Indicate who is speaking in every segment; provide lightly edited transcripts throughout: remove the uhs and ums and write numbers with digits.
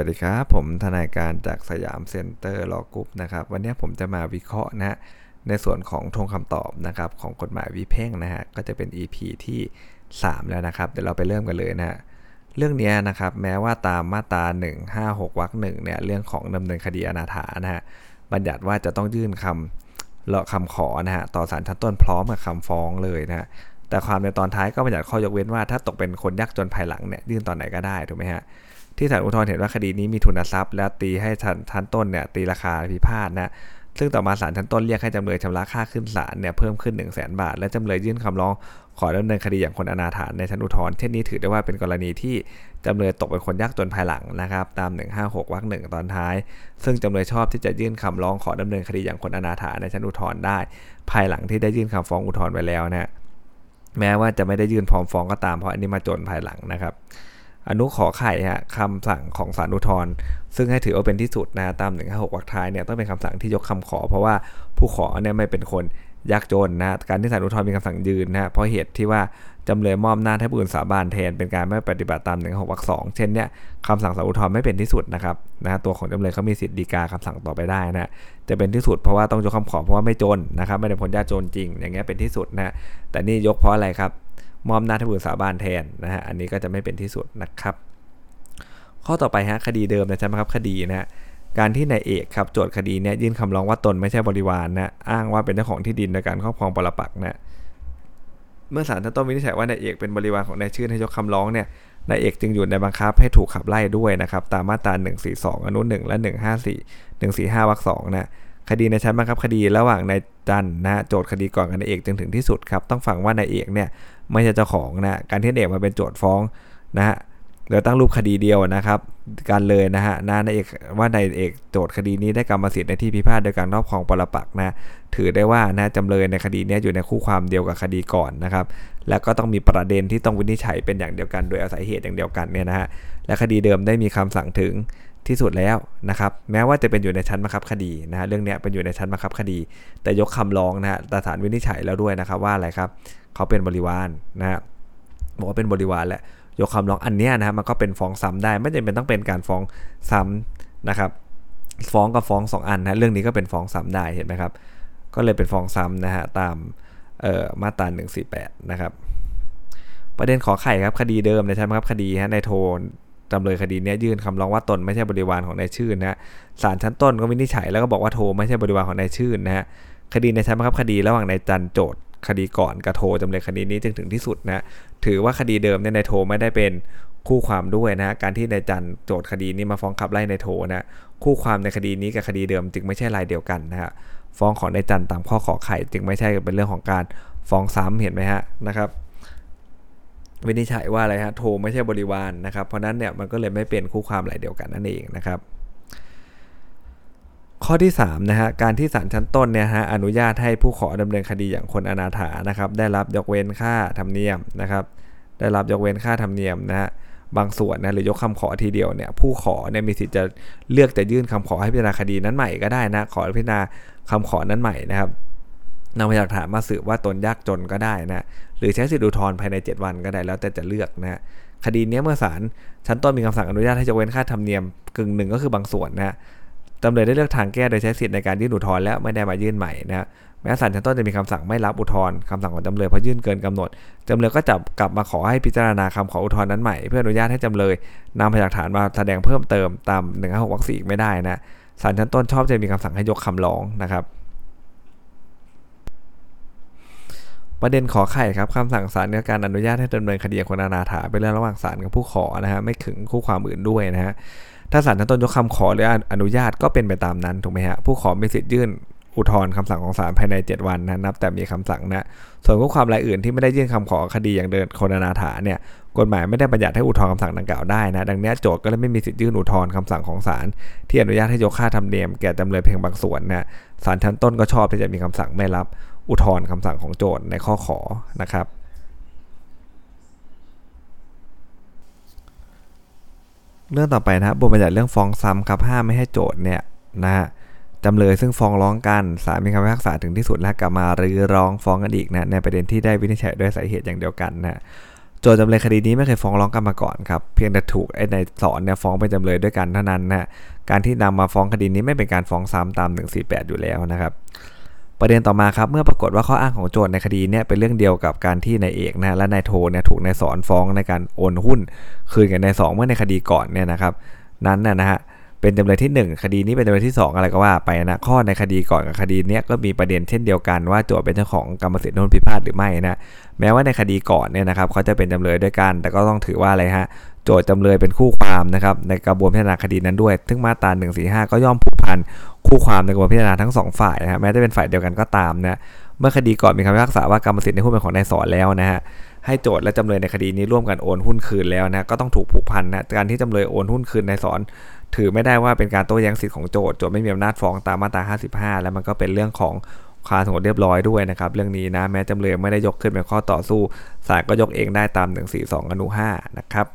Speaker 1: วัสดีครับผมทนายการจากสยามเซ็นเตอร์ลอกรุ๊ปนะครับวันนี้ผมจะมาวิเคราะห์นะในส่วนของทงคำตอบนะครับของกฎหมายวิเพ่งนะฮะก็จะเป็น EP ที่3แล้วนะครับเดี๋ยวเราไปเริ่มกันเลยนะฮะเรื่องนี้นะครับแม้ว่าตามมาตรา156วรรคหนึ่งเนี่ยเรื่องของดำเนินคดีอนาถานะฮะบัญญัติว่าจะต้องยื่นคำขอนะฮะต่อศาลชั้นต้นพร้อมกับคำฟ้องเลยนะฮะแต่ความในตอนท้ายก็บัญญัติข้อยกเว้นว่าถ้าตกเป็นคนยากจนภายหลังเนี่ยยื่นตอนไหนก็ได้ถูกไหมฮะที่ศาลอุทธรณ์เห็นว่าคดีนี้มีทุนทรัพย์และตีให้ชั้นต้นเนี่ยตีราคาพิพาทนะซึ่งต่อมาศาลชั้นต้นเรียกให้จำเลยชำระค่าขึ้นศาลเนี่ยเพิ่มขึ้น 100,000 บาทและจำเลยยื่นคำร้องขอดำเนินคดีอย่างคนอนาถาในชั้นอุทธรณ์เช่นนี้ถือได้ว่าเป็นกรณีที่จำเลยตกเป็นคนยากจนภายหลังนะครับตาม156วรรคหนึ่งตอนท้ายซึ่งจำเลยชอบที่จะยื่นคำร้องขอดำเนินคดีอย่างคนอนาถาในชั้นอุทธรณ์ได้ภายหลังที่ได้ยื่นคำฟ้องอุทธรณ์ไปแล้วนะแม้ว่าจะไม่ได้ยื่นพร้อมฟ้องก็ตามเพราะอันนี้มาจนภายหลังนะครับอนุขอไข่ฮะคำสั่งของศาลอุทธรณ์ซึ่งให้ถือว่าเป็นที่สุดนะตาม156วรรคท้ายเนี่ยต้องเป็นคำสั่งที่ยกคำขอเพราะว่าผู้ขอเนี่ยไม่เป็นคนยากจนนะการที่ศาลอุทธรณ์มีคำสั่งยืนนะเพราะเหตุที่ว่าจำเลยมอบหน้าให้ผู้อื่นสาบานแทนเป็นการไม่ปฏิบัติตาม156วรรค2เช่นเนี่ยคำสั่งศาลอุทธรณ์ไม่เป็นที่สุดนะครับนะตัวของจำเลยเขามีสิทธิ์ฎีกาคำสั่งต่อไปได้นะจะเป็นที่สุดเพราะว่าต้องยกคำขอเพราะว่าไม่จนนะครับไม่ได้ผลยากจนจริงอย่างเงี้ยเป็นที่สุดนะแต่นี่ยกเพราะอะไรครับมอบหน้าให้ผู้อื่นสาบานแทนนะฮะอันนี้ก็จะไม่เป็นที่สุดนะครับข้อต่อไปฮะคดีเดิมนะใช่ไหมครับคดีนะการที่นายเอกครับโจทย์คดีเนี่ยยื่นคำร้องว่าตนไม่ใช่บริวารนะอ้างว่าเป็นเจ้าของที่ดินโดยการครอบครองปรปักษ์นะเมื่อศาลชั้นต้นวินิจฉัยว่านายเอกเป็นบริวารของนายชื่นให้ยกคำร้องเนี่ยนายเอกจึงอยู่ในบังคับให้ถูกขับไล่ด้วยนะครับตามมาตรา142อนุ1และ145วรรค2นะคดีในชั้นบังคับคดีระหว่างนายจันนะโจทย์คดีก่อนกับนายเอกจึงถึงที่สุดครับต้องฟังว่านายเอกเนี่ยไม่ใช่เจ้าของนะการที่นายเอกมาเป็นโจทย์ฟ้องนะฮะเดี๋ยวตั้งรูปคดีเดียวนะครับการเลยนะฮะนายเอกว่านายเอกโจทย์คดีนี้ได้กรรมสิทธิ์ในที่พิพาทโดยการครอบครองปรปักษ์นะถือได้ว่านะจำเลยในคดีนี้อยู่ในคู่ความเดียวกับคดีก่อนนะครับแล้วก็ต้องมีประเด็นที่ต้องวินิจฉัยเป็นอย่างเดียวกันโดยอาศัยเหตุอย่างเดียวกันเนี่ยนะฮะและคดีเดิมได้มีคำสั่งถึงที่สุดแล้วนะครับแม้ว่าจะเป็นอยู่ในชั้นบังคับคดีนะฮะเรื่องนี้เป็นอยู่ในชั้นบังคับคดีแต่ยกคำร้องนะฮะศาลวินิจฉัยแล้วด้วยนะครับว่าอะไรครับเขาเป็นบริวารนะฮะบอกว่าเป็นบริวารและยกคำร้องอันนี้นะฮะมันก็เป็นฟ้องซ้ำได้ไม่จำเป็นต้องเป็นการฟ้องซ้ำนะครับฟ้องกับฟ้อง2อันนะเรื่องนี้ก็เป็นฟ้องซ้ำได้เห็นไหมครับก็เลยเป็นฟ้องซ้ำนะฮะตามมาตรา148นะครับประเด็นขอไข่ครับคดีเดิมในชั้นบังคับคดีฮะในโทนจำเลยคดีนี้ยื่นคำร้องว่าตนไม่ใช่บริวารของนายชื่นนะศาลชั้นต้นก็วินิจฉัยแล้วก็บอกว่าโทไม่ใช่บริวารของนายชื่นนะฮะคดีในชั้นบังคับคดีระหว่างนายจันโจทย์คดีก่อนกับโทจำเลยคดีนี้จึงถึงที่สุดนะถือว่าคดีเดิมในโทไม่ได้เป็นคู่ความด้วยนะการที่นายจันโจทย์คดีนี้มาฟ้องขับไล่นายโทนะคู่ความในคดีนี้กับคดีเดิมจึงไม่ใช่รายเดียวกันนะฮะฟ้องของนายจันตามข้อขอไข่จึงไม่ใช่เป็นเรื่องของการฟ้องซ้ำเห็นไหมฮะนะครับวินิจฉัยว่าอะไรฮะโทไม่ใช่บริวารนะครับเพราะนั้นเนี่ยมันก็เลยไม่เป็นคู่ความรายเดียวกันนั่นเองนะครับข้อที่3นะฮะการที่ศาลชั้นต้นเนี่ยฮะอนุญาตให้ผู้ขอดำเนินคดีอย่างคนอนาถานะครับได้รับยกเว้นค่าธรรมเนียมนะครับได้รับยกเว้นค่าธรรมเนียมนะฮะบางส่วนนะหรือยกคำขอทีเดียวเนี่ยผู้ขอเนี่ยมีสิทธิ์จะเลือกจะยื่นคำขอให้พิจารณาคดีนั้นใหม่ก็ได้นะขอพิจารณาคำขอนั้นใหม่นะครับนำพยานหลักฐานมาสืบว่าตนยากจนก็ได้นะหรือใช้สิทธิอุทธรณ์ภายใน7วันก็ได้แล้วแต่จะเลือกนะคดีนี้เมื่อศาลชั้นต้นมีคำสั่งอนุญาตให้ยกเว้นค่าธรรมเนียมกึ่งหนึ่งก็คือบางส่วนนะจำเลยได้เลือกทางแก้โดยใช้สิทธิในการยื่นอุทธรณ์และไม่ได้มายื่นใหม่นะแม้ศาลชั้นต้นจะมีคำสั่งไม่รับอุทธรณ์คำสั่งของจำเลยเพราะยื่นเกินกำหนดจำเลยก็จะกลับมาขอให้พิจารณาคำขออุทธรณ์นั้นใหม่เพื่ออนุญาตให้จำเลยนำพยานหลักฐานมาแสดงเพิ่มเติมตาม156วรรค4ไม่ได้นะศาลชั้นต้นชอบจะมีคำสั่งให้ยกคำร้องนะครับประเด็นขอไข่ครับคำสั่งศาลในการอนุญาตให้ดำเนินคดีคนอนาถาเป็นเรื่องระหว่างศาลกับผู้ขอนะฮะไม่ถึงคู่ความอื่นด้วยนะฮะถ้าศาลชั้นต้นยกคำขอหรืออนุญาตก็เป็นไปตามนั้นถูกไหมฮะผู้ขอมีสิทธิ์ยื่นอุทธรณ์คำสั่งของศาลภายใน7วันนะนับแต่มีคำสั่งนะส่วนคู่ความรายอื่นที่ไม่ได้ยื่นคำขอคดีอย่างเดินคนอนาถาเนี่ยกฎหมายไม่ได้บัญญัติให้อุทธรณ์คำสั่งดังกล่าวได้นะดังนี้โจทก์ก็เลยไม่มีสิทธิ์ยื่นอุทธรณ์คำสั่งของศาลที่อนุญาตให้ยกค่าธรรมเนียมแก่จำเลยเพียงบางส่วนนะศาลชั้นต้นก็ชอบที่จะมีคำสั่งไม่รับอุทธรณ์คำสั่งของโจทก์ในข้อขอนะครับเรื่องต่อไปนะบทบัญญัติเรื่องฟ้องซ้ำครับห้ามไม่ให้โจทก์เนี่ยนะฮะจำเลยซึ่งฟ้องร้องกันศาลมีคำพิพากษาถึงที่สุดและกลับมารื้อร้องฟ้องกันอีกนะในประเด็นที่ได้วินิจฉัยด้วยสาเหตุอย่างเดียวกันนะโโจทย์จำเลยคดีนี้ไม่เคยฟ้องร้องกันมาก่อนครับเพียงแต่ถูกไอ้นายสอนเนี่ยฟ้องเป็นจำเลยด้วยกันเท่านั้นนะการที่นำมาฟ้องคดีนี้ไม่เป็นการฟ้องซ้ำตาม148อยู่แล้วนะครับประเด็นต่อมาครับเมื่อปรากฏว่าข้ออ้างของโจทย์ในคดีเนี่ยเป็นเรื่องเดียวกับการที่นายเอกนะและนายโทเนี่ยถูกนายสอนฟ้องในการโอนหุ้นคืนกับนายสองเมื่อในคดีก่อนเนี่ยนะครับนั้นนะฮะเป็นจำเลยที่1คดีนี้เป็นจำเลยที่2อะไรก็ว่าไปนะข้อในคดีก่อนกับคดีนี้ก็มีประเด็นเช่นเดียวกันว่าโจทย์เป็นเจ้าของกรรมสิทธิ์หุ้นพิพาทหรือไม่นะแม้ว่าในคดีก่อนเนี่ยนะครับเขาจะเป็นจำเลยด้วยกันแต่ก็ต้องถือว่าอะไรฮะโจทย์จำเลยเป็นคู่ความนะครับในกระบวนการพิจารณาคดีนั้นด้วยซึ่งมาตรา145ก็ย่อมผูกพันคู่ความในกระบวนการพิจารณาทั้ง2ฝ่ายนะฮะแม้จะเป็นฝ่ายเดียวกันก็ตามนะเมื่อคดีก่อนมีคำพิพากษาว่ากรรมสิทธิ์ในหุ้นเป็นของนายสอนแล้วนะฮะให้โจทย์และจำเลยในคดีนี้ร่วมกันโอนหุ้นคืนแล้วนะก็ต้องถูกผูกพันนะการที่จำเลยโอนหุ้นคืนนายสอนถือไม่ได้ว่าเป็นการโต้แย้งสิทธิ์ของโจทย์ไม่มีอำนาจฟ้องตามมาตรา55แล้วมันก็เป็นเรื่องของความสงบเรียบร้อยด้วยนะครับเรื่องนี้นะแม้จำเลยไม่ได้ยกขึ้นเป็นข้อต่อสู้ศาลก็ยกเองได้ตาม142อนุ5นะครับ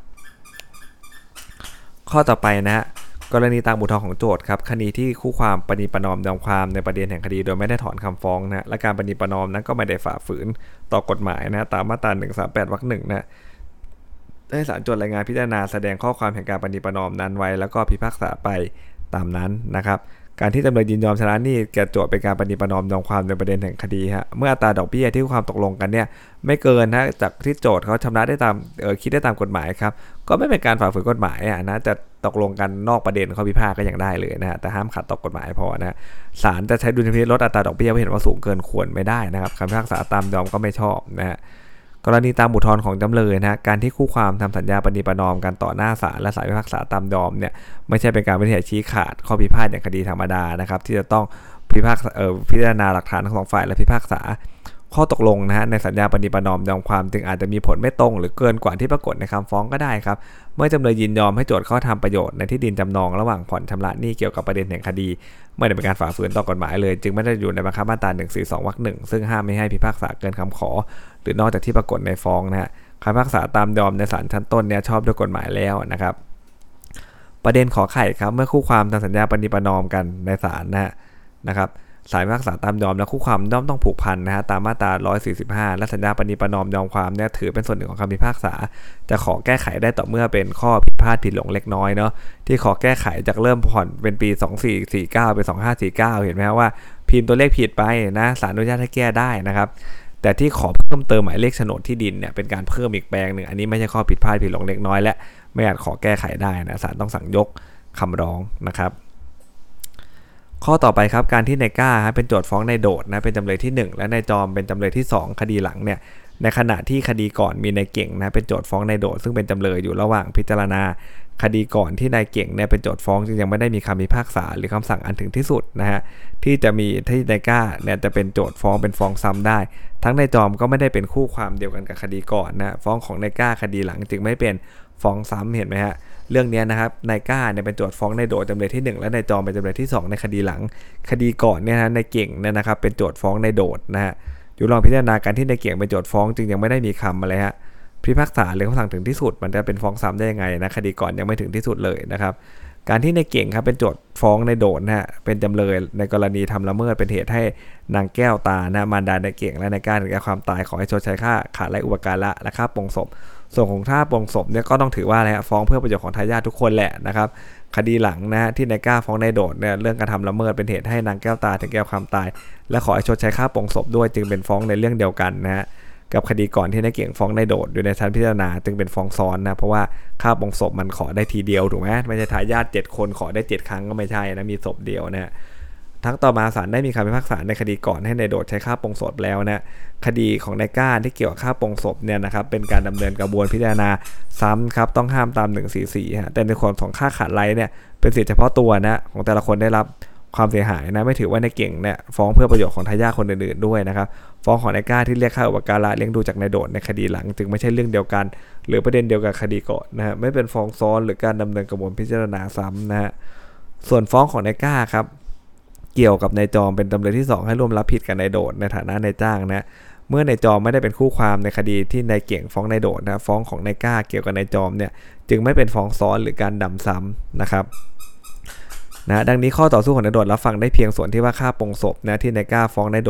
Speaker 1: ข้อต่อไปนะฮะกรณีตามอุทธรณ์ของโจทก์ครับคดีที่คู่ความประนีประนอมยอมความในประเด็นแห่งคดีโดยไม่ได้ถอนคำฟ้องนะและการประนีประนอมนั้นก็ไม่ได้ฝ่าฝืนต่อกฎหมายนะตามมาตรา138วรรค 1นะให้ศาลโจทก์รายงานพิจารณาแสดงข้อความแห่งการประนีประนอมนั้นไว้แล้วก็พิพากษาไปตามนั้นนะครับการที่จำเลยยินยอมชำระหนี้แก่โจทก์เป็นการประนีประนอมยอมความในประเด็นแห่งคดีฮะเมื่ออัตราดอกเบี้ยที่ความตกลงกันเนี่ยไม่เกินนะจากที่โจทก์เขาชำระได้ตามคิดได้ตามกฎหมายครับก็ไม่เป็นการฝ่าฝืนกฎหมายนะจะตกลงกันนอกประเด็นข้อพิพาทก็ยังได้เลยนะฮะแต่ห้ามขัดต่อกฎหมายพอนะศาลจะใช้ดุลพินิจลดอัตราดอกเบี้ยเมื่อเห็นว่าสูงเกินควรไม่ได้นะครับคำพิพากษาตามยอมก็ไม่ชอบนะฮะกรณีตามอุทธรณ์ของจำเลยนะการที่คู่ความทำสัญญาประนีประนอมกันต่อหน้าศาลและศาลพิพากษาตามยอมเนี่ยไม่ใช่เป็นการวินิจฉัยชี้ขาดข้อพิพาทอย่างคดีธรรมดานะครับที่จะต้องพิจารณาหลักฐานทั้งสองฝ่ายและพิพากษาข้อตกลงนะฮะในสัญญาประนีประนอมยอมความจึงอาจจะมีผลไม่ตรงหรือเกินกว่าที่ปรากฏในคำฟ้องก็ได้ครับเมื่อจำเลยยินยอมให้โจทก์เข้าทำประโยชน์ในที่ดินจำนองระหว่างผ่อนชำระหนี้เกี่ยวกับประเด็นแห่งคดีไม่ได้เป็นการฝ่าฝืนต่อกฎหมายเลยจึงไม่ได้อยู่ในบังคับมาตรา142วรรค 1ซึ่งห้ามไม่ให้พิพากษาเกินคำขอหรือนอกจากที่ปรากฏในฟ้องนะฮะคำพิพากษาตามยอมในศาลชั้นต้นเนี่ยชอบด้วยกฎหมายแล้วนะครับประเด็นขอไข่ครับเมื่อคู่ความทำสัญญาประนีประนอมกันในศาลนะครับศาลพิพากษาตามยอมและคู่ความย่อมต้องผูกพันนะฮะตามมาตรา145และสัญญาประนีประนอมยอมความเนี่ยถือเป็นส่วนหนึ่งของคำพิพากษาจะขอแก้ไขได้ต่อเมื่อเป็นข้อผิดพลาดผิดหลงเล็กน้อยเนาะที่ขอแก้ไขจากเริ่มผ่อนเป็นปี2449เป็น2549เห็นไหมครับว่าพิมพ์ตัวเลขผิดไปนะศาลอนุญาตให้แก้ได้นะครับแต่ที่ขอเพิ่มเติมหมายเลขโฉนดที่ดินเนี่ยเป็นการเพิ่มอีกแปลงหนึ่งอันนี้ไม่ใช่ข้อผิดพลาดผิดหลงเล็กน้อยและไม่อาจขอแก้ไขได้นะศาลต้องสั่งยกคำร้องนะครับข้อต่อไปครับการที่นายกล้าเป็นโจทก์ฟ้องนายโดดนะเป็นจำเลยที่1และนายจอมเป็นจำเลยที่2คดีหลังเนี่ยในขณะที่คดีก่อนมีนายเก่งนะเป็นโจทก์ฟ้องนายโดดซึ่งเป็นจำเลยอยู่ระหว่างพิจารณาคดีก่อนที่นายเก่งเนี่ยเป็นโจทก์ฟ้องจึงยังไม่ได้มีคำพิพากษาหรือคำสั่งอันถึงที่สุดนะฮะที่จะมีที่นายกล้าเนี่ยจะเป็นโจทก์ฟ้องเป็นฟ้องซ้ำได้ทั้งนายจอมก็ไม่ได้เป็นคู่ความเดียวกันกับคดีก่อนนะฟ้องของนายกล้าคดีหลังจึงไม่เป็นฟ้องซ้ำเห็นไหมฮะเรื่องนี้นะครับนายกล้าเนี่ยเป็นโจทก์ฟ้องนายโดดจำเลยที่1และนายจอมเป็นจำเลยที่2ในคดีหลังคดีก่อนเนี่ยนะนายเก่งเนี่ยนะครับเป็นโจทก์ฟ้องนายโดดนะฮะอยู่ลองพิจารณาการที่นายเก่งเป็นโจทก์ฟ้องจึงยังไม่ได้มีคำอะไรฮะพิพากษาหรือคำสั่งถึงที่สุดมันจะเป็นฟ้องซ้ำได้ยังไงนะคดีก่อนยังไม่ถึงที่สุดเลยนะครับการที่นายเก่งครับเป็นโจทก์ฟ้องนายโดดนะฮะเป็นจำเลยในกรณีทำละเมิดเป็นเหตุให้นางแก้วตานะมารดานายเก่งและนายกล้าถึงแก่ความตายขอให้ชดใช้ค่าขาดไร้อุปการะและค่าปลงศพส่วนของค่าปลงศพเนี่ยก็ต้องถือว่าอะไรฮะฟ้องเพื่อประโยชน์ของทายาททุกคนแหละนะครับคดีหลังนะฮะที่นายกล้าฟ้องนายโดดเนี่ยเรื่องการทำละเมิดเป็นเหตุให้นางแก้วตาถึงแก่ความตายและขอให้ชดใช้ค่าปลงศพด้วยจึงเป็นฟ้องในเรื่องเดียวกันนะฮะกับคดีก่อนที่นายเก่งฟ้องนายโดดอยู่ในชั้นพิจารณาจึงเป็นฟ้องซ้อนนะเพราะว่าค่าปลงศพมันขอได้ทีเดียวถูกไหมไม่ใช่ทายาท7คนขอได้7ครั้งก็ไม่ใช่นะมีศพเดียวนะฮะทั้งต่อมาศาลได้มีคำพิพากษาในคดีก่อนให้นายโดดใช้ค่าปลงศพแล้วนะคดีของนายกล้าที่เกี่ยวกับค่าปลงศพเนี่ยนะครับเป็นการดำเนินกระบวนพิจารณาซ้ำครับต้องห้ามตาม144ฮะแต่ในส่วนของค่าขาดไร้เนี่ยเป็นสิทธิเฉพาะตัวนะของแต่ละคนได้รับความเสียหายนะไม่ถือว่านายเก่งเนี่ยฟ้องเพื่อประโยชน์ของทายาทคนอื่นๆด้วยนะครับฟ้องของนายกล้าที่เรียกค่าอุปการะเลี้ยงดูจากนายโดดในคดีหลังจึงไม่ใช่เรื่องเดียวกันหรือประเด็นเดียวกับคดีก่อนนะฮะไม่เป็นฟ้องซ้อนหรือการดำเนินกระบวนพิจารณาซ้ำนะฮะส่วนฟ้องของนายกล้าครับเกี่ยวกับนายจอมเป็นจำเลยที่2ให้ร่วมรับผิดกับนายโดดในฐานะนายจ้างนะเมื่อนายจอมไม่ได้เป็นคู่ความในคดีที่นายเก่งฟ้องนายโดดนะฟ้องของนายกล้าเกี่ยวกับนายจอมเนี่ยจึงไม่เป็นฟ้องซ้อนหรือการดำซ้ำนะครับนะดังนี้ข้อต่อสู้ของนายโดดรับฟังได้เพียงส่วนที่ว่าค่าปลงศพนะที่นายกล้าฟ้องนายโดด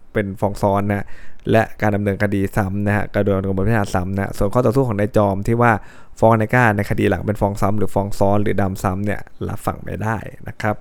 Speaker 1: เป็นฟ้องซ้อนนะและการดำเนินคดีซ้ำนะฮะกระบวนการพิจารณาซ้ำนะส่วนข้อต่อสู้ของนายจอมที่ว่าฟ้องนายกล้าในคดีหลังเป็นฟ้องซ้ำหรือฟ้องซ้อนหรือดำซ้ำเนี่ยรับฟังไม่ได้นะครับ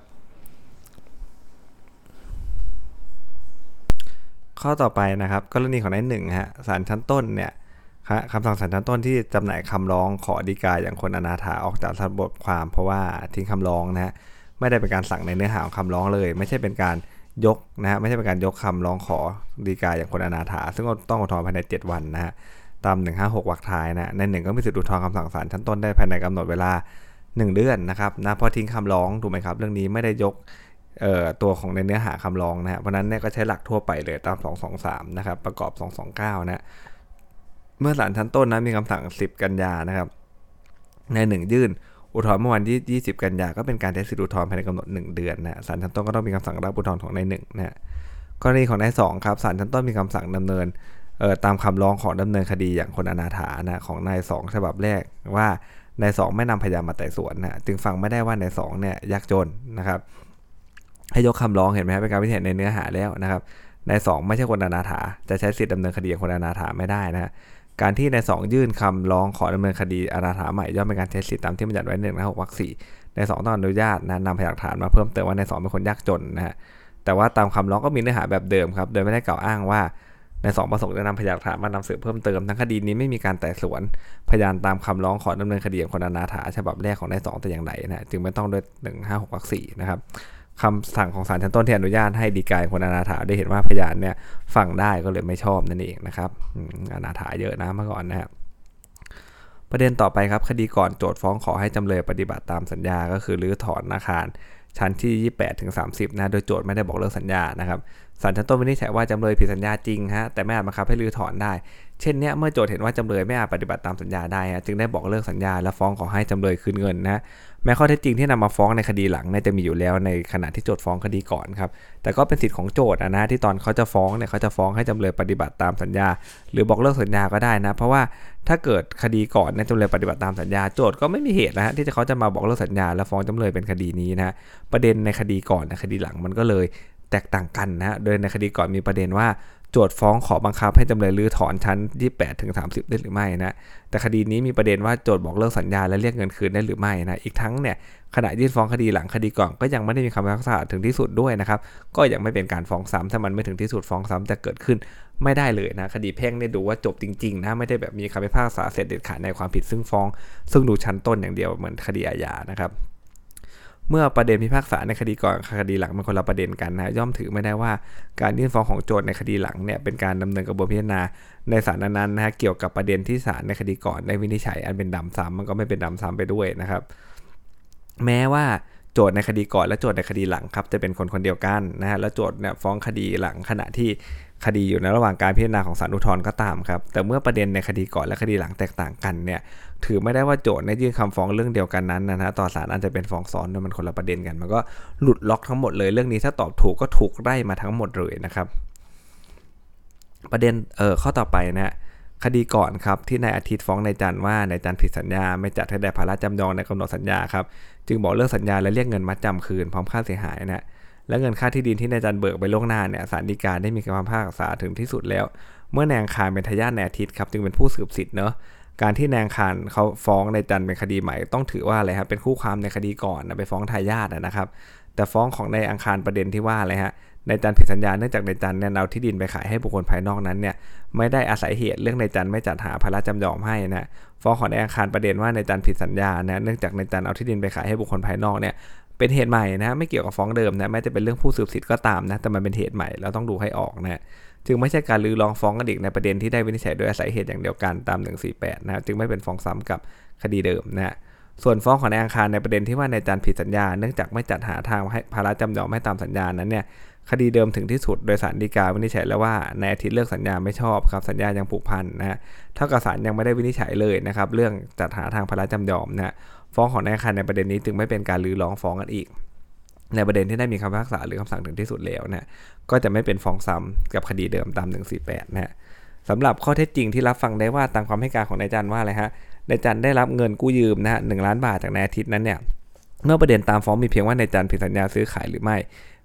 Speaker 1: ข้อต่อไปนะครับกรณีของนายหนึ่งฮะศาลชั้นต้นเนี่ยคำสั่งศาลชั้นต้นที่จำหน่ายคำร้องขอฎีกาอย่างคนอนาถาออกจากบทความเพราะว่าทิ้งคำร้องนะฮะไม่ได้เป็นการสั่งในเนื้อหาของคำร้องเลยไม่ใช่เป็นการยกนะฮะไม่ใช่เป็นการยกคำร้องขอฎีกาอย่างคนอนาถาซึ่งต้องอุทธรณ์ภายใน7วันนะฮะตาม156วรรคท้ายนะในหนึ่งก็มีสิทธิอุทธรณ์คำสั่งศาลชั้นต้นได้ภายในกำหนดเวลา1เดือนนะครับนะพอทิ้งคำร้องถูกไหมครับเรื่องนี้ไม่ได้ยกตัวของในเนื้อหาคำร้องนะฮะเพราะนั้นเนี่ยก็ใช้หลักทั่วไปเลยตาม223นะครับประกอบ229นะเมื่อศาลชั้นต้นนะมีคำสั่ง10กันยานะครับใน1ยื่นอุทธรณ์เมื่อวันที่20กันยาก็เป็นการใช้สิทธิอุทธรณ์ภายในกำหนด1เดือนนะศาลชั้นต้นก็ต้องมีคำสั่งรับอุทธรณ์ของนาย1นะกรณีของนาย2ครับศาลชั้นต้นมีคำสั่งดำเนินตามคำร้องของดำเนินคดีอย่างคนอนาถานะของนาย2ฉบับแรกว่านาย2ไม่นำพยานมาไต่สวนนะจึงฟังไม่ได้ว่านาย2เนี่ยยากจนนะครับให้ยกคำร้องเห็นไหมครับเป็นการวินิจฉัยในเนื้อหาแล้วนะครับนาย2ไม่ใช่คนอนาถาจะใช้สิทธิดำเนินคดีอย่างคนอนาถาไม่ได้นะการที่นาย2ยื่นคำร้องขอดำเนินคดีอนาถาใหม่ย่อมเป็นการใช้สิทธิตามที่บัญญัติไว้1 วรรค 4นาย2ต้องอนุญาตนำพยานหลักฐานมาเพิ่มเติมว่านาย2เป็นคนยากจนนะฮะแต่ว่าตามคำร้องก็มีเนื้อหาแบบเดิมครับโดยไม่ได้กล่าวอ้างว่านาย2ประสงค์จะนำพยานหลักฐานมานำสืบเพิ่มเติมทั้งคดีนี้ไม่มีการไต่สวนพยานตามคำร้องขอดำเนินคดีอย่างคนอนาถาฉบับแรกของนาย2แต่อย่างใดนะจึงไม่ต้องด้วย156วรรค 4นะครับคำสั่งของศาลชั้นต้นที่อนุญาตให้ฎีกาคนอนาถาได้เห็นว่าพยานเนี่ยฟังได้ก็เลยไม่ชอบนั่นเองนะครับอนาถาเยอะนะเมื่อก่อนนะครับประเด็นต่อไปครับคดีก่อนโจทก์ฟ้องขอให้จำเลยปฏิบัติตามสัญญาก็คือรื้อถอนอาคารชั้นที่28ถึง30นะโดยโจทก์ไม่ได้บอกเลิกสัญญานะครับศาลชั้นต้นวินิจฉัยว่าจำเลยผิดสัญญาจริงฮะแต่ไม่อาจบังคับให้รื้อถอนได้เช่นนี้เมื่อโจทก์เห็นว่าจำเลยไม่อาจปฏิบัติตามสัญญาได้จึงได้บอกเลิกสัญญาและฟ้องขอให้จำเลยคืนเงินนะแม้ข้อเท็จจริงที่นำมาฟ้องในคดีหลังเนี่ยจะมีอยู่แล้วในขณะที่โจทก์ฟ้องคดีก่อนครับแต่ก็เป็นสิทธิ์ของโจทก์นะที่ตอนเขาจะฟ้องเนี่ยเขาจะฟ้องให้จำเลยปฏิบัติตามสัญญาหรือบอกเลิกสัญญาก็ได้นะเพราะว่าถ้าเกิดคดีก่อนเนี่ยจำเลยปฏิบัติตามสัญญาโจทก์ก็ไม่มีเหตุนะฮะที่เขาจะมาบอกเลิกสัญญาแล้วฟ้องจำเลยเป็นคดีนี้นะประเด็นในคดีก่อนในคดีหลังมันก็เลยแตกต่างกันนะโดยในคดีก่อนมีประเด็นว่าโจทก์ฟ้องขอบังคับให้จำเลยรื้อถอนชั้น28ถึง30ได้หรือไม่นะแต่คดีนี้มีประเด็นว่าโจทก์บอกเลิกสัญญาและเรียกเงินคืนได้หรือไม่นะอีกทั้งเนี่ยขณะยื่นฟ้องคดีหลังคดีก่อนก็ยังไม่ได้มีคำพิพากษาถึงที่สุดด้วยนะครับก็ยังไม่เป็นการฟ้องซ้ำถ้ามันไม่ถึงที่สุดฟ้องซ้ำจะเกิดขึ้นไม่ได้เลยนะคดีแพ่งเนี่ยดูว่าจบจริงๆนะไม่ได้แบบมีคำพิพากษาเสร็จเด็ดขาดในความผิดซึ่งฟ้องซึ่งดูชั้นต้นอย่างเดียวเหมือนคดีอาญานะครับเมื่อประเด็นพิพากษาในคดีก่อนคดีหลังเป็นคนละประเด็นกันนะย่อมถือไม่ได้ว่าการยื่นฟ้องของโจทก์ในคดีหลังเนี่ยเป็นการดำเนินกระบวนการพิจารณาในศาลนั้นๆนะฮะเกี่ยวกับประเด็นที่ศาลในคดีก่อนได้วินิจฉัยอันเป็นดำซ้ำมันก็ไม่เป็นดำซ้ำไปด้วยนะครับแม้ว่าโจทก์ในคดีก่อนและโจทก์ในคดีหลังครับจะเป็นคนเดียวกันนะฮะแล้วโจทก์เนี่ยฟ้องคดีหลังขณะที่คดีอยู่ในระหว่างการพิจารณาของศาลอุทธรณ์ก็ตามครับแต่เมื่อประเด็นในคดีก่อนและคดีหลังแตกต่างกันเนี่ยถือไม่ได้ว่าโจทก์ในยื่นคำฟ้องเรื่องเดียวกันนั้นนะฮะต่อศาลอาจจะเป็นฟ้องซ้อนมันคนละประเด็นกันมันก็หลุดล็อกทั้งหมดเลยเรื่องนี้ถ้าตอบถูกก็ถูกไล่มาทั้งหมดเลยนะครับประเด็นข้อต่อไปนะคดีก่อนครับที่นายอาทิตย์ฟ้องนายจันว่านายจันผิดสัญญาไม่จัดให้ได้ภาระจำยอมในกำหนดสัญญาครับจึงบอกเลิกสัญญาและเรียกเงินมัดจำคืนพร้อมค่าเสียหายนะและเงินค่าที่ดินที่นายจันเบิกไปล่วงหน้าเนี่ยศาลฎีกาได้มีคำพิพากษาถึงที่สุดแล้วเมื่อนายอังคารเป็นทายาทนายอาทิตย์ครับจึงเป็นผู้สืบสิทธิ์เนาะการที่นายอังคารเขาฟ้องนายจันเป็นคดีใหม่ต้องถือว่าอะไรครับเป็นคู่ความในคดีก่อนนะไปฟ้องทายาทนะครับแต่ฟ้องของนายอังคารประเด็นที่ว่าอะไรฮะนายจันผิดสัญญาเนื่องจากนายจันเนี่ยเอาที่ดินไปขายให้บุคคลภายนอกนั้นเนี่ยไม่ได้อาศัยเหตุเรื่องนายจันไม่จัดหาภาระจำยอมให้นะฟ้องของนายอังคารประเด็นว่านายจันผิดสัญญานะเนื่องจากนายจันเอาที่ดินไปขายให้บุคคลภายนอกเนี่ยเป็นเหตุใหม่นะไม่เกี่ยวกับฟ้องเดิมนะแม้จะเป็นเรื่องผู้สืบสิทธิ์ก็ตามนะแต่มันเป็นเหตุใหม่เราต้องดูให้ออกนะจึงไม่ใช่การรื้อร้องฟ้องกันอีกในประเด็นที่ได้วินิจฉัยโดยอาศัยเหตุอย่างเดียวกันตาม148นะจึงไม่เป็นฟ้องซ้ำกับคดีเดิมนะส่วนฟ้องของนายอังคารในประเด็นที่ว่านายจันผิดสัญญาเนื่องจากไม่จัดหาทางให้ภาระจำยอมให้ตามสัญญานั้นเนี่ยคดีเดิมถึงที่สุดโดยศาลฎีกาวินิจฉัยแล้วว่านายอาทิตย์เลิกสัญญาไม่ชอบครับสัญญายังผูกพันนะฮะเท่ากับศาลยังไม่ได้วินิจฉัยเลยนะครับเรื่องจัดหาทางภาระจำยอมนะฟ้องของนายอังคารในประเด็นนี้จึงไม่เป็นการรื้อร้องฟ้องกันอีกในประเด็นที่ได้มีคำพิพากษาหรือคำสั่งถึงที่สุดแล้วนะก็จะไม่เป็นฟ้องซ้ำกับคดีเดิมตาม148นะฮะสำหรับข้อเท็จจริงที่รับฟังได้ว่าตามความให้การของนายจันว่าอะไรฮะนายจันได้รับเงินกู้ยืมนะฮะ1 ล้านบาทจากนายอาทิตย์นั้นเนี่ยเมื่อประเด็นตามฟ้องมีเพียงว่านายจันผิดสัญญาซื้อขายหรือไม่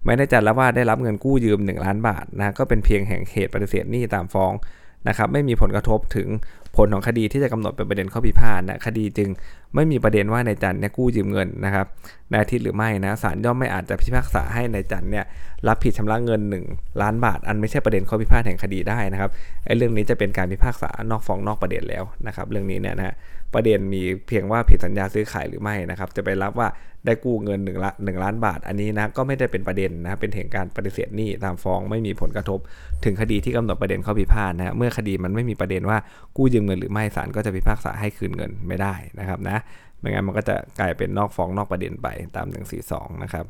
Speaker 1: ไม่แน่ใจแล้วว่าได้รับเงินกู้ยืม1ล้านบาทนะก็เป็นเพียงแห่งเหตุปฏิเสธหนี้ตามฟ้องนะครับไม่มีผลกระทบถึงผลของคดีที่จะกำหนดเป็นประเด็นข้อพิพาทนะคดีจึงไม่มีประเด็นว่านายจันเนี่ยกู้ยืมเงินนะครับนายอาทิตย์หรือไม่นะศาลย่อมไม่อาจจะพิพากษาให้นายจันเนี่ยรับผิดชำระเงิน1ล้านบาทอันไม่ใช่ประเด็นข้อพิพาทแห่งคดีได้นะครับไอ้เรื่องนี้จะเป็นการพิพากษานอกฟ้องนอกประเด็นแล้วนะครับเรื่องนี้เนี่ยนะประเด็นมีเพียงว่าผิดสัญญาซื้อขายหรือไม่นะครับจะไปรับว่าได้กู้เงิน1ล้านบาทอันนี้นะก็ไม่ได้เป็นประเด็นนะเป็นเหตุการณ์ปฏิเสธหนี้ตามฟ้องไม่มีผลกระทบถึงคดีที่กำหนดประเด็นข้อพิพาทนะเมื่อคดีมันไม่มีประเด็นว่ากู้ยืมเงินหรือไม่ศาลก็จะพิพากษาให้คืนเงินไม่ได้นะครับนะไม่งั้นมันก็จะกลายเป็นนอกฟ้องนอกประเด็นไปตาม142นะครับ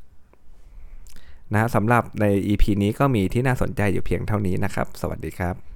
Speaker 1: นะสำหรับใน EP นี้ก็มีที่น่าสนใจอยู่เพียงเท่านี้นะครับสวัสดีครับ